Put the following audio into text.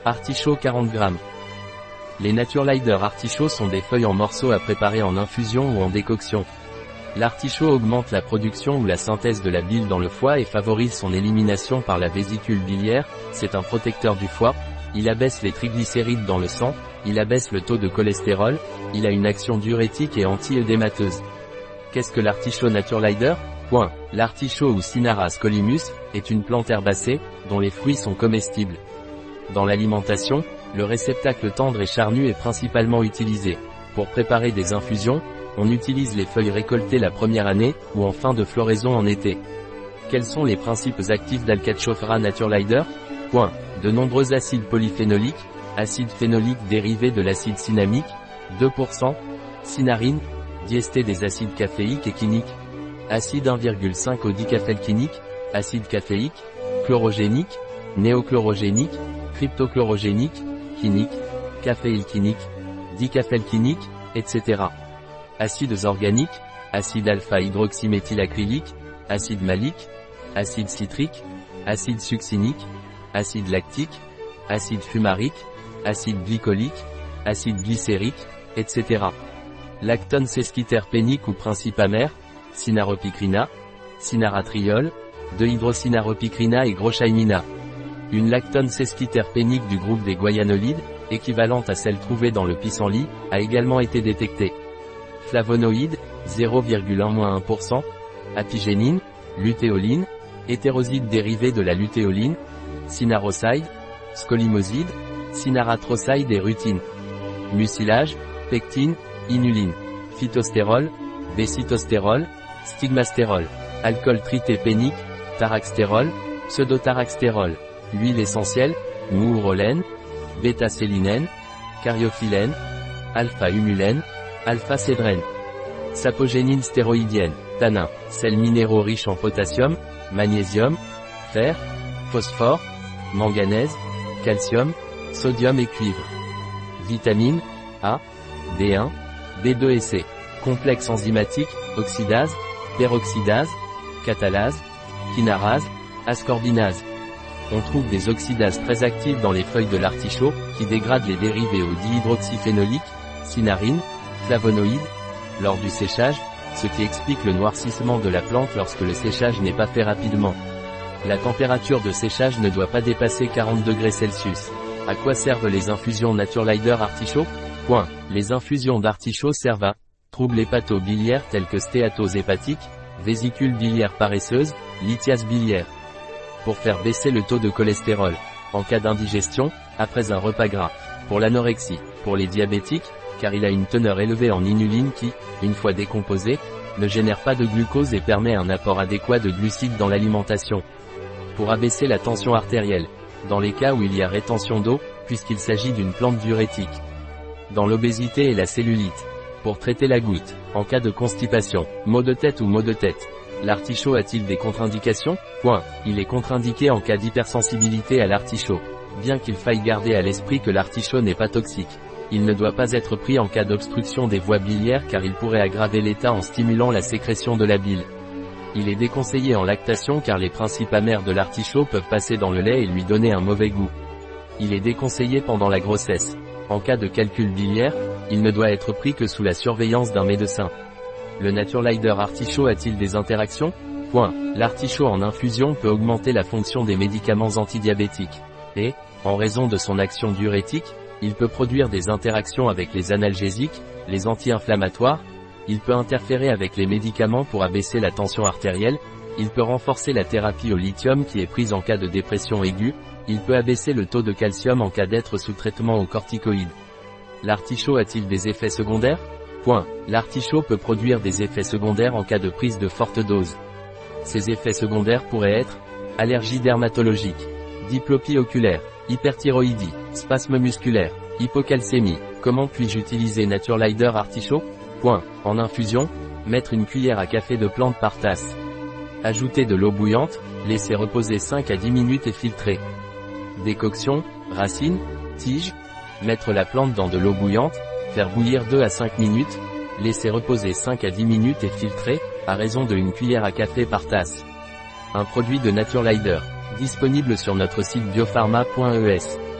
Artichaut 40 g. Les Naturelider artichauts sont des feuilles en morceaux à préparer en infusion ou en décoction. L'artichaut augmente la production ou la synthèse de la bile dans le foie et favorise son élimination par la vésicule biliaire. C'est un protecteur du foie, il abaisse les triglycérides dans le sang, il abaisse le taux de cholestérol, il a une action diurétique et anti-œdémateuse. Qu'est-ce que l'artichaut Naturelider ? L'artichaut ou Cinara scolymus est une plante herbacée, dont les fruits sont comestibles. Dans l'alimentation, le réceptacle tendre et charnu est principalement utilisé. Pour préparer des infusions, on utilise les feuilles récoltées la première année, ou en fin de floraison en été. Quels sont les principes actifs d'Alcatrophaera Naturelider ? De nombreux acides polyphénoliques, acide phénolique dérivé de l'acide cinnamique, 2%, cinarine, diester des acides caféiques et quiniques, acide 1,5 au dicaféylquinique, acide caféique, chlorogénique, néochlorogénique, cryptochlorogénique, quinique, caféylquinique, dicaféylquinique, etc. Acides organiques, acide alpha-hydroxyméthylacrylique, acide malique, acide citrique, acide succinique, acide lactique, acide fumarique, acide glycolique, acide glycérique, etc. Lactone sesquiterpénique ou principe amer, Cynaropicrina, Cinaratriol, 2-hydrocynaropicrina et grochaimina. Une lactone sesquiterpénique du groupe des guayanolides, équivalente à celle trouvée dans le pissenlit, a également été détectée. Flavonoïdes, 0,1-1%, apigénine, lutéoline, hétérosides dérivés de la lutéoline, cinaroside, scolimoside, cinaratroside et rutine. Mucilage, pectine, inuline, phytostérol, bécitostérol, stigmastérol, alcool tritépénique, taraxtérol, pseudotaraxtérol, huile essentielle, mourolène, bêta-sélinène, cariophyllène, alpha-humulène, alpha-cédrène, sapogénine stéroïdienne, tannin, sels minéraux riches en potassium, magnésium, fer, phosphore, manganèse, calcium, sodium et cuivre. Vitamines A, B1, B2 et C. Complexe enzymatique, oxydase, peroxydase, catalase, kinarase, ascorbinase. On trouve des oxydases très actives dans les feuilles de l'artichaut, qui dégradent les dérivés au dihydroxyphénolique, cinarine, flavonoïdes, lors du séchage, ce qui explique le noircissement de la plante lorsque le séchage n'est pas fait rapidement. La température de séchage ne doit pas dépasser 40 degrés Celsius. À quoi servent les infusions Naturelider artichaut ? Les infusions d'artichaut servent à troubles hépato-biliaires tels que stéatose hépatique, vésicule biliaire paresseuse, lithiase biliaire. Pour faire baisser le taux de cholestérol, en cas d'indigestion, après un repas gras. Pour l'anorexie, pour les diabétiques, car il a une teneur élevée en inuline qui, une fois décomposée, ne génère pas de glucose et permet un apport adéquat de glucides dans l'alimentation. Pour abaisser la tension artérielle, dans les cas où il y a rétention d'eau, puisqu'il s'agit d'une plante diurétique. Dans l'obésité et la cellulite. Pour traiter la goutte, en cas de constipation, maux de tête ou maux de tête. L'artichaut a-t-il des contre-indications ? Il est contre-indiqué en cas d'hypersensibilité à l'artichaut. Bien qu'il faille garder à l'esprit que l'artichaut n'est pas toxique. Il ne doit pas être pris en cas d'obstruction des voies biliaires car il pourrait aggraver l'état en stimulant la sécrétion de la bile. Il est déconseillé en lactation car les principes amers de l'artichaut peuvent passer dans le lait et lui donner un mauvais goût. Il est déconseillé pendant la grossesse. En cas de calcul biliaire, il ne doit être pris que sous la surveillance d'un médecin. Le Naturelider artichaut a-t-il des interactions ? L'artichaut en infusion peut augmenter la fonction des médicaments antidiabétiques. Et, en raison de son action diurétique, il peut produire des interactions avec les analgésiques, les anti-inflammatoires, il peut interférer avec les médicaments pour abaisser la tension artérielle, il peut renforcer la thérapie au lithium qui est prise en cas de dépression aiguë, il peut abaisser le taux de calcium en cas d'être sous traitement aux corticoïdes. L'artichaut a-t-il des effets secondaires ? L'artichaut peut produire des effets secondaires en cas de prise de forte dose. Ces effets secondaires pourraient être allergie dermatologique, diplopie oculaire, hyperthyroïdie, spasme musculaire, hypocalcémie. Comment puis-je utiliser Naturelider artichaut ? En infusion, mettre une cuillère à café de plante par tasse. Ajouter de l'eau bouillante, laisser reposer 5 à 10 minutes et filtrer. Décoction, racines, tiges, mettre la plante dans de l'eau bouillante, faire bouillir 2 à 5 minutes, laisser reposer 5 à 10 minutes et filtrer, à raison de 1 cuillère à café par tasse. Un produit de Naturelider, disponible sur notre site biopharma.es.